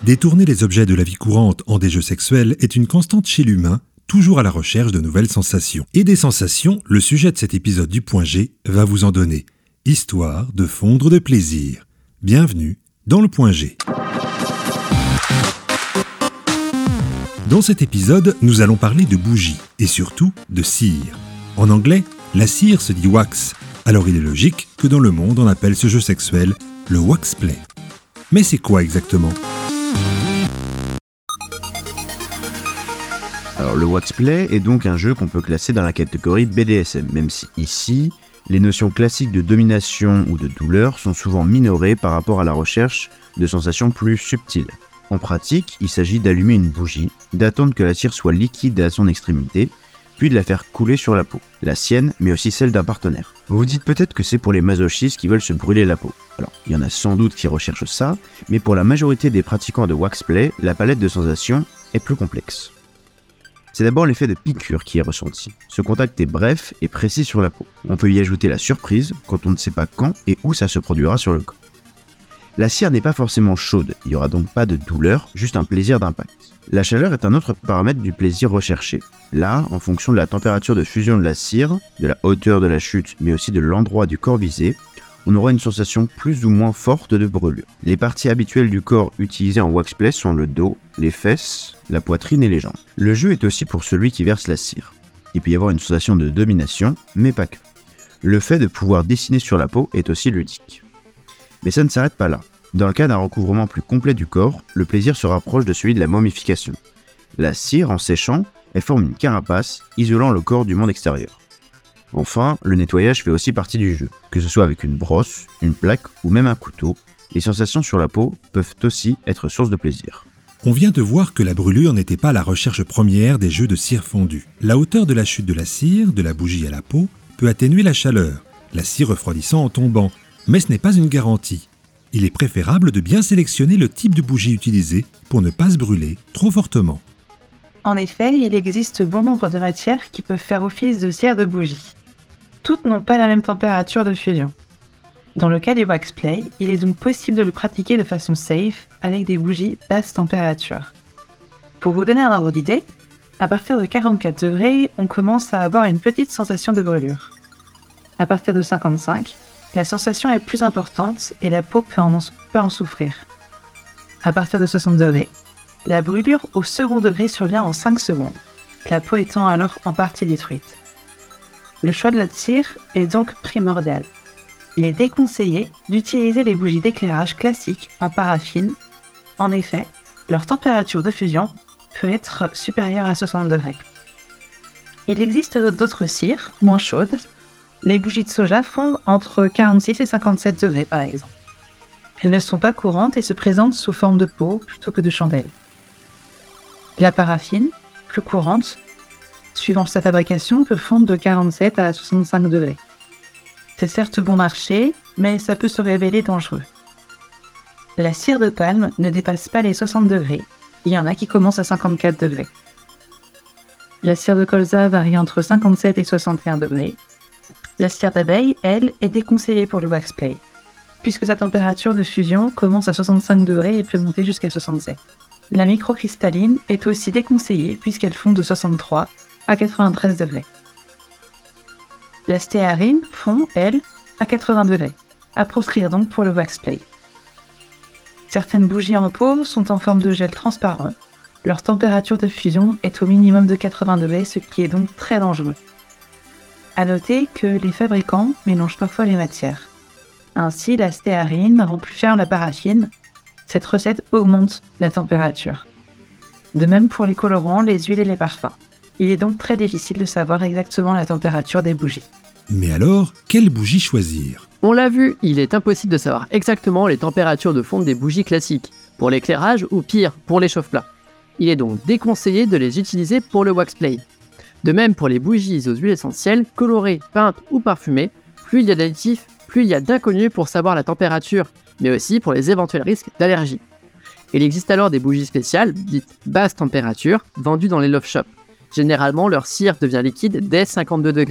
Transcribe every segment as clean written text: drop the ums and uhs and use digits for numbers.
Détourner les objets de la vie courante en des jeux sexuels est une constante chez l'humain, toujours à la recherche de nouvelles sensations. Et des sensations, le sujet de cet épisode du Point G va vous en donner, histoire de fondre de plaisir. Bienvenue dans le Point G. Dans cet épisode, nous allons parler de bougies et surtout de cire. En anglais, la cire se dit wax, alors il est logique que dans le monde on appelle ce jeu sexuel le wax play. Mais c'est quoi exactement ? Alors le wax play est donc un jeu qu'on peut classer dans la catégorie BDSM, même si ici, les notions classiques de domination ou de douleur sont souvent minorées par rapport à la recherche de sensations plus subtiles. En pratique, il s'agit d'allumer une bougie, d'attendre que la cire soit liquide à son extrémité, puis de la faire couler sur la peau, la sienne mais aussi celle d'un partenaire. Vous vous dites peut-être que c'est pour les masochistes qui veulent se brûler la peau. Alors, il y en a sans doute qui recherchent ça, mais pour la majorité des pratiquants de wax play, la palette de sensations est plus complexe. C'est d'abord l'effet de piqûre qui est ressenti. Ce contact est bref et précis sur la peau. On peut y ajouter la surprise quand on ne sait pas quand et où ça se produira sur le corps. La cire n'est pas forcément chaude, il n'y aura donc pas de douleur, juste un plaisir d'impact. La chaleur est un autre paramètre du plaisir recherché. Là, en fonction de la température de fusion de la cire, de la hauteur de la chute, mais aussi de l'endroit du corps visé, on aura une sensation plus ou moins forte de brûlure. Les parties habituelles du corps utilisées en wax play sont le dos, les fesses, la poitrine et les jambes. Le jeu est aussi pour celui qui verse la cire. Il peut y avoir une sensation de domination, mais pas que. Le fait de pouvoir dessiner sur la peau est aussi ludique. Mais ça ne s'arrête pas là. Dans le cas d'un recouvrement plus complet du corps, le plaisir se rapproche de celui de la momification. La cire, en séchant, elle forme une carapace, isolant le corps du monde extérieur. Enfin, le nettoyage fait aussi partie du jeu. Que ce soit avec une brosse, une plaque ou même un couteau, les sensations sur la peau peuvent aussi être source de plaisir. On vient de voir que la brûlure n'était pas la recherche première des jeux de cire fondue. La hauteur de la chute de la cire, de la bougie à la peau, peut atténuer la chaleur, la cire refroidissant en tombant, mais ce n'est pas une garantie. Il est préférable de bien sélectionner le type de bougie utilisée pour ne pas se brûler trop fortement. En effet, il existe bon nombre de matières qui peuvent faire office de cire de bougie. Toutes n'ont pas la même température de fusion. Dans le cas du wax play, il est donc possible de le pratiquer de façon safe avec des bougies basse température. Pour vous donner un ordre d'idée, à partir de 44 degrés, on commence à avoir une petite sensation de brûlure. À partir de 55, la sensation est plus importante et la peau peut en souffrir. À partir de 60 degrés, la brûlure au second degré survient en 5 secondes, la peau étant alors en partie détruite. Le choix de la cire est donc primordial. Il est déconseillé d'utiliser les bougies d'éclairage classiques en paraffine. En effet, leur température de fusion peut être supérieure à 60 degrés. Il existe d'autres cires, moins chaudes. Les bougies de soja fondent entre 46 et 57 degrés par exemple. Elles ne sont pas courantes et se présentent sous forme de peau plutôt que de chandelle. La paraffine, plus courante, suivant sa fabrication, peut fondre de 47 à 65 degrés. C'est certes bon marché, mais ça peut se révéler dangereux. La cire de palme ne dépasse pas les 60 degrés. Il y en a qui commencent à 54 degrés. La cire de colza varie entre 57 et 61 degrés. La cire d'abeille, elle, est déconseillée pour le wax play, puisque sa température de fusion commence à 65 degrés et peut monter jusqu'à 67. La microcristalline est aussi déconseillée puisqu'elle fond de 63 à 93 degrés. La stéarine fond, elle, à 80 degrés, à proscrire donc pour le wax play. Certaines bougies en peau sont en forme de gel transparent. Leur température de fusion est au minimum de 80 degrés, ce qui est donc très dangereux. À noter que les fabricants mélangent parfois les matières. Ainsi, la stéarine rend plus ferme la paraffine. Cette recette augmente la température. De même pour les colorants, les huiles et les parfums. Il est donc très difficile de savoir exactement la température des bougies. Mais alors, quelle bougie choisir ? On l'a vu, il est impossible de savoir exactement les températures de fonte des bougies classiques, pour l'éclairage ou pire, pour les chauffe-plats. Il est donc déconseillé de les utiliser pour le wax play. De même pour les bougies aux huiles essentielles, colorées, peintes ou parfumées, plus il y a d'additifs, plus il y a d'inconnus pour savoir la température, mais aussi pour les éventuels risques d'allergie. Il existe alors des bougies spéciales, dites basse température, vendues dans les love shops. Généralement, leur cire devient liquide dès 52 degrés.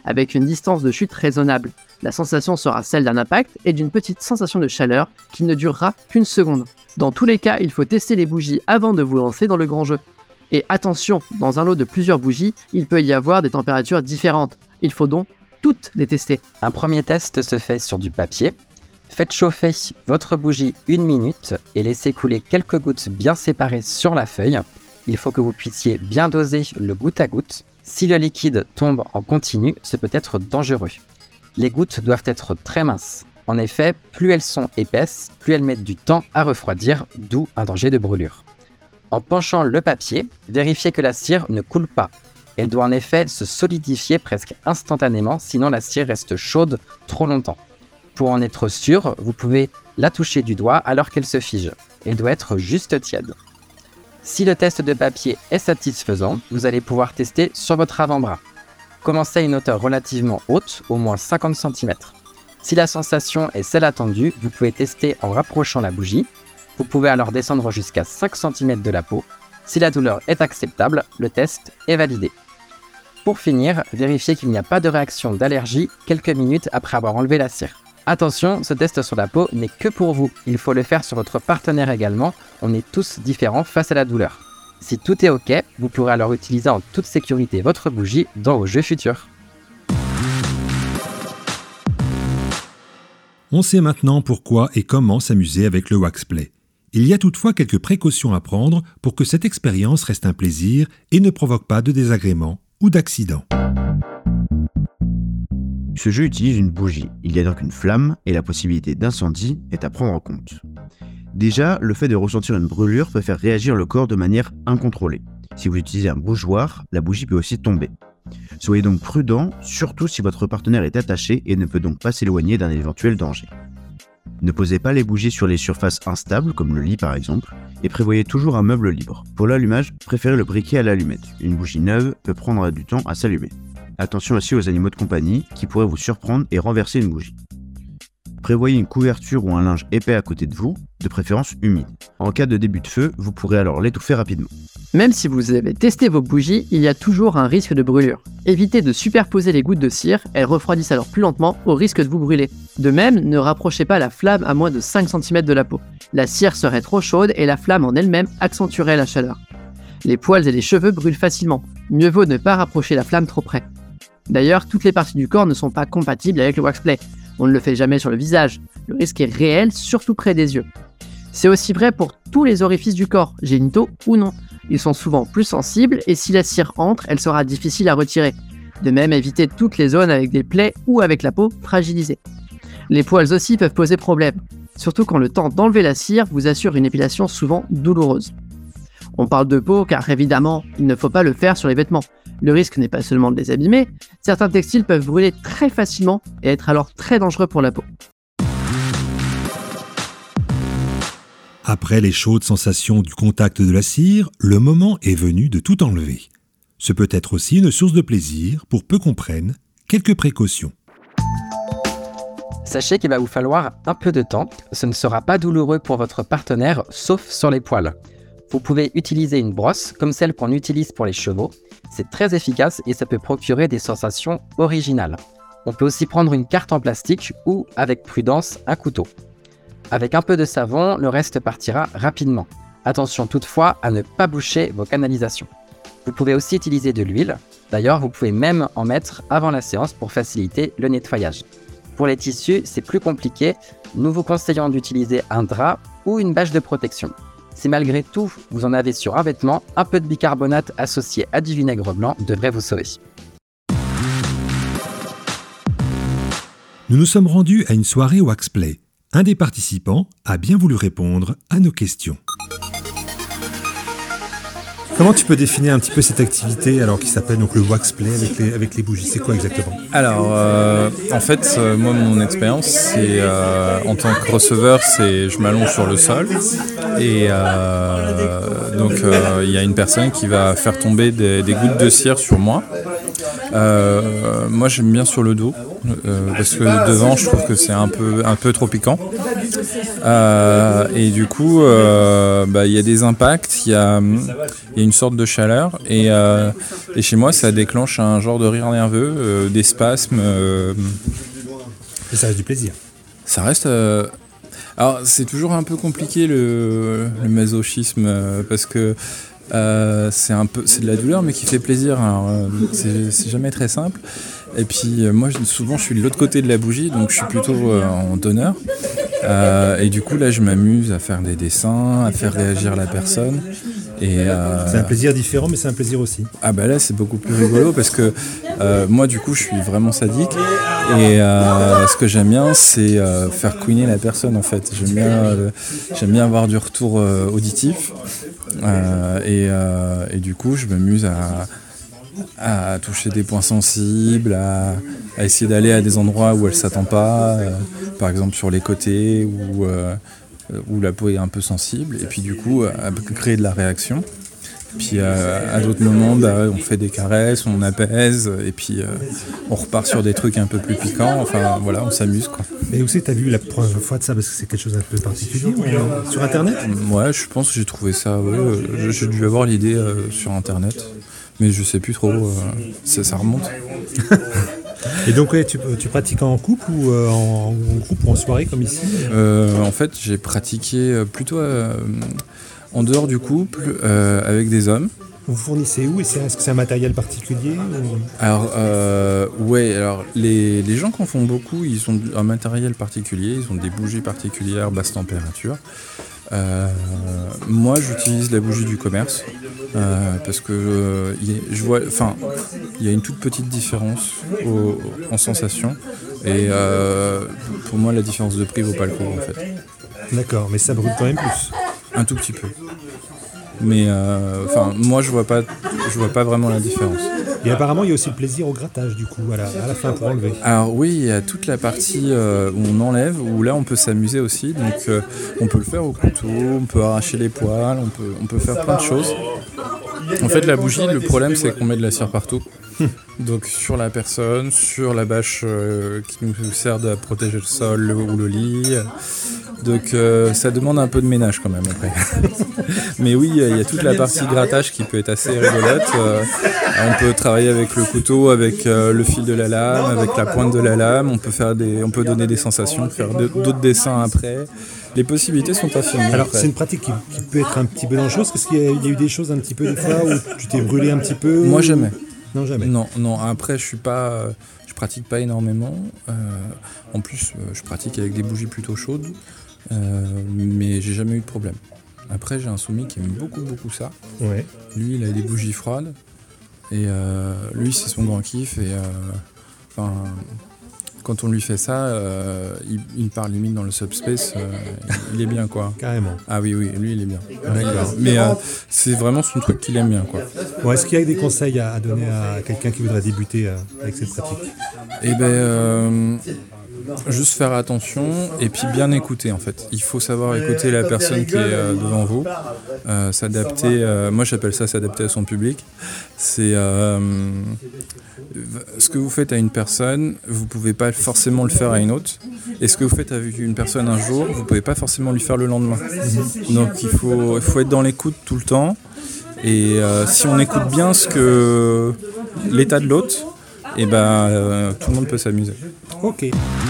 avec une distance de chute raisonnable. La sensation sera celle d'un impact et d'une petite sensation de chaleur qui ne durera qu'une seconde. Dans tous les cas, il faut tester les bougies avant de vous lancer dans le grand jeu. Et attention, dans un lot de plusieurs bougies, il peut y avoir des températures différentes. Il faut donc toutes les tester. Un premier test se fait sur du papier. Faites chauffer votre bougie 1 minute et laissez couler quelques gouttes bien séparées sur la feuille. Il faut que vous puissiez bien doser le goutte à goutte. Si le liquide tombe en continu, ce peut être dangereux. Les gouttes doivent être très minces. En effet, plus elles sont épaisses, plus elles mettent du temps à refroidir, d'où un danger de brûlure. En penchant le papier, vérifiez que la cire ne coule pas. Elle doit en effet se solidifier presque instantanément, sinon la cire reste chaude trop longtemps. Pour en être sûr, vous pouvez la toucher du doigt alors qu'elle se fige. Elle doit être juste tiède. Si le test de papier est satisfaisant, vous allez pouvoir tester sur votre avant-bras. Commencez à une hauteur relativement haute, au moins 50 cm. Si la sensation est celle attendue, vous pouvez tester en rapprochant la bougie. Vous pouvez alors descendre jusqu'à 5 cm de la peau. Si la douleur est acceptable, le test est validé. Pour finir, vérifiez qu'il n'y a pas de réaction d'allergie quelques minutes après avoir enlevé la cire. Attention, ce test sur la peau n'est que pour vous. Il faut le faire sur votre partenaire également. On est tous différents face à la douleur. Si tout est OK, vous pourrez alors utiliser en toute sécurité votre bougie dans vos jeux futurs. On sait maintenant pourquoi et comment s'amuser avec le Waxplay. Il y a toutefois quelques précautions à prendre pour que cette expérience reste un plaisir et ne provoque pas de désagréments ou d'accidents. Ce jeu utilise une bougie, il y a donc une flamme et la possibilité d'incendie est à prendre en compte. Déjà, le fait de ressentir une brûlure peut faire réagir le corps de manière incontrôlée. Si vous utilisez un bougeoir, la bougie peut aussi tomber. Soyez donc prudent, surtout si votre partenaire est attaché et ne peut donc pas s'éloigner d'un éventuel danger. Ne posez pas les bougies sur les surfaces instables, comme le lit par exemple, et prévoyez toujours un meuble libre. Pour l'allumage, préférez le briquet à l'allumette. Une bougie neuve peut prendre du temps à s'allumer. Attention aussi aux animaux de compagnie qui pourraient vous surprendre et renverser une bougie. Prévoyez une couverture ou un linge épais à côté de vous, de préférence humide. En cas de début de feu, vous pourrez alors l'étouffer rapidement. Même si vous avez testé vos bougies, il y a toujours un risque de brûlure. Évitez de superposer les gouttes de cire, elles refroidissent alors plus lentement au risque de vous brûler. De même, ne rapprochez pas la flamme à moins de 5 cm de la peau. La cire serait trop chaude et la flamme en elle-même accentuerait la chaleur. Les poils et les cheveux brûlent facilement, mieux vaut ne pas rapprocher la flamme trop près. D'ailleurs, toutes les parties du corps ne sont pas compatibles avec le Waxplay. On ne le fait jamais sur le visage, le risque est réel, surtout près des yeux. C'est aussi vrai pour tous les orifices du corps, génitaux ou non. Ils sont souvent plus sensibles et si la cire entre, elle sera difficile à retirer. De même, évitez toutes les zones avec des plaies ou avec la peau fragilisée. Les poils aussi peuvent poser problème, surtout quand le temps d'enlever la cire vous assure une épilation souvent douloureuse. On parle de peau car évidemment, il ne faut pas le faire sur les vêtements. Le risque n'est pas seulement de les abîmer, certains textiles peuvent brûler très facilement et être alors très dangereux pour la peau. Après les chaudes sensations du contact de la cire, le moment est venu de tout enlever. Ce peut être aussi une source de plaisir pour peu qu'on prenne quelques précautions. Sachez qu'il va vous falloir un peu de temps. Ce ne sera pas douloureux pour votre partenaire, sauf sur les poils. Vous pouvez utiliser une brosse comme celle qu'on utilise pour les chevaux. C'est très efficace et ça peut procurer des sensations originales. On peut aussi prendre une carte en plastique ou, avec prudence, un couteau. Avec un peu de savon, le reste partira rapidement. Attention toutefois à ne pas boucher vos canalisations. Vous pouvez aussi utiliser de l'huile. D'ailleurs, vous pouvez même en mettre avant la séance pour faciliter le nettoyage. Pour les tissus, c'est plus compliqué. Nous vous conseillons d'utiliser un drap ou une bâche de protection. Si malgré tout, vous en avez sur un vêtement, un peu de bicarbonate associé à du vinaigre blanc devrait vous sauver. Nous nous sommes rendus à une soirée Waxplay. Un des participants a bien voulu répondre à nos questions. Comment tu peux définir un petit peu cette activité alors qui s'appelle donc le Waxplay avec les bougies? C'est quoi exactement? Alors, en fait, moi, mon expérience, c'est en tant que receveur, je m'allonge sur le sol et donc il y a une personne qui va faire tomber des gouttes de cire sur moi Moi j'aime bien sur le dos parce que devant je trouve que c'est un peu trop piquant et du coup il y a des impacts, il y a une sorte de chaleur et chez moi ça déclenche un genre de rire nerveux, des spasmes. Et ça reste du plaisir. Ça reste. Alors c'est toujours un peu compliqué le masochisme parce que c'est de la douleur mais qui fait plaisir. Alors, c'est jamais très simple. Et puis moi souvent je suis de l'autre côté de la bougie donc je suis plutôt en donneur. Et du coup là je m'amuse à faire des dessins, à faire réagir la personne. Et c'est un plaisir différent mais c'est un plaisir aussi. Ah bah là c'est beaucoup plus rigolo parce que moi du coup je suis vraiment sadique et ce que j'aime bien c'est faire couiner la personne en fait. J'aime bien avoir du retour auditif et du coup je m'amuse à toucher des points sensibles, à essayer d'aller à des endroits où elle s'attend pas, par exemple sur les côtés où la peau est un peu sensible et puis du coup à créer de la réaction. Puis à d'autres moments on fait des caresses, on apaise et puis on repart sur des trucs un peu plus piquants, enfin voilà, on s'amuse quoi. Et où c'est que tu as vu la première fois de ça, parce que c'est quelque chose d'un peu particulier sur internet? Ouais, je pense que j'ai trouvé ça, j'ai dû avoir l'idée sur internet, mais je sais plus trop, ça remonte. Et donc tu pratiques en couple ou en groupe ou en soirée comme ici? En fait j'ai pratiqué plutôt en dehors du couple avec des hommes. Vous fournissez où et est-ce que c'est un matériel particulier ou... Alors les gens qui en font beaucoup, ils ont un matériel particulier, ils ont des bougies particulières basse température. Moi j'utilise la bougie du commerce parce que il y a une toute petite différence en sensation et pour moi la différence de prix vaut pas le coup en fait. D'accord, mais ça brûle quand même plus. Un tout petit peu. Mais moi je vois pas vraiment la différence. Et apparemment il y a aussi le plaisir au grattage du coup à la fin pour enlever. Alors oui, il y a toute la partie où on enlève, où là on peut s'amuser aussi. Donc on peut le faire au couteau, on peut arracher les poils, on peut faire plein de choses. En fait la bougie, le problème c'est qu'on met de la cire partout. Donc sur la personne, sur la bâche qui nous sert à protéger le sol ou le lit. Donc ça demande un peu de ménage quand même après. Mais oui, il y a toute la partie grattage qui peut être assez rigolote. On peut travailler avec le couteau, avec le fil de la lame, avec la pointe de la lame. On peut donner des sensations, faire d'autres dessins après. Les possibilités sont infinies. Alors après. C'est une pratique qui peut être un petit peu dangereuse parce qu'il y a eu des choses un petit peu des fois où tu t'es brûlé un petit peu. Moi jamais. Non jamais. Non. Après je pratique pas énormément. En plus je pratique avec des bougies plutôt chaudes. Mais j'ai jamais eu de problème. Après j'ai un soumis qui aime beaucoup ça. Ouais. Lui il a des bougies froides et lui c'est son grand kiff et quand on lui fait ça il part limite dans le subspace, il est bien quoi. Carrément. Ah oui lui il est bien. D'accord. Mais c'est vraiment son truc qu'il aime bien quoi. Bon, est-ce qu'il y a des conseils à donner à quelqu'un qui voudrait débuter avec cette pratique? Eh juste faire attention et puis bien écouter en fait. Il faut savoir écouter la personne qui est devant vous, s'adapter, moi j'appelle ça s'adapter à son public. C'est ce que vous faites à une personne, vous pouvez pas forcément le faire à une autre. Et ce que vous faites avec une personne un jour, vous pouvez pas forcément lui faire le lendemain. Donc il faut être dans l'écoute tout le temps. Et si on écoute bien l'état de l'autre, et tout le monde peut s'amuser. Ok.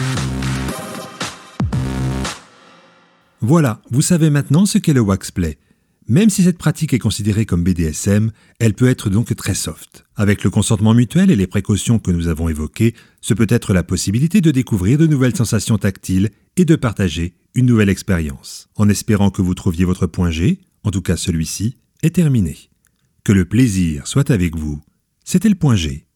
Voilà, vous savez maintenant ce qu'est le waxplay. Même si cette pratique est considérée comme BDSM, elle peut être donc très soft. Avec le consentement mutuel et les précautions que nous avons évoquées, ce peut être la possibilité de découvrir de nouvelles sensations tactiles et de partager une nouvelle expérience. En espérant que vous trouviez votre point G, en tout cas celui-ci, est terminé. Que le plaisir soit avec vous. C'était le point G.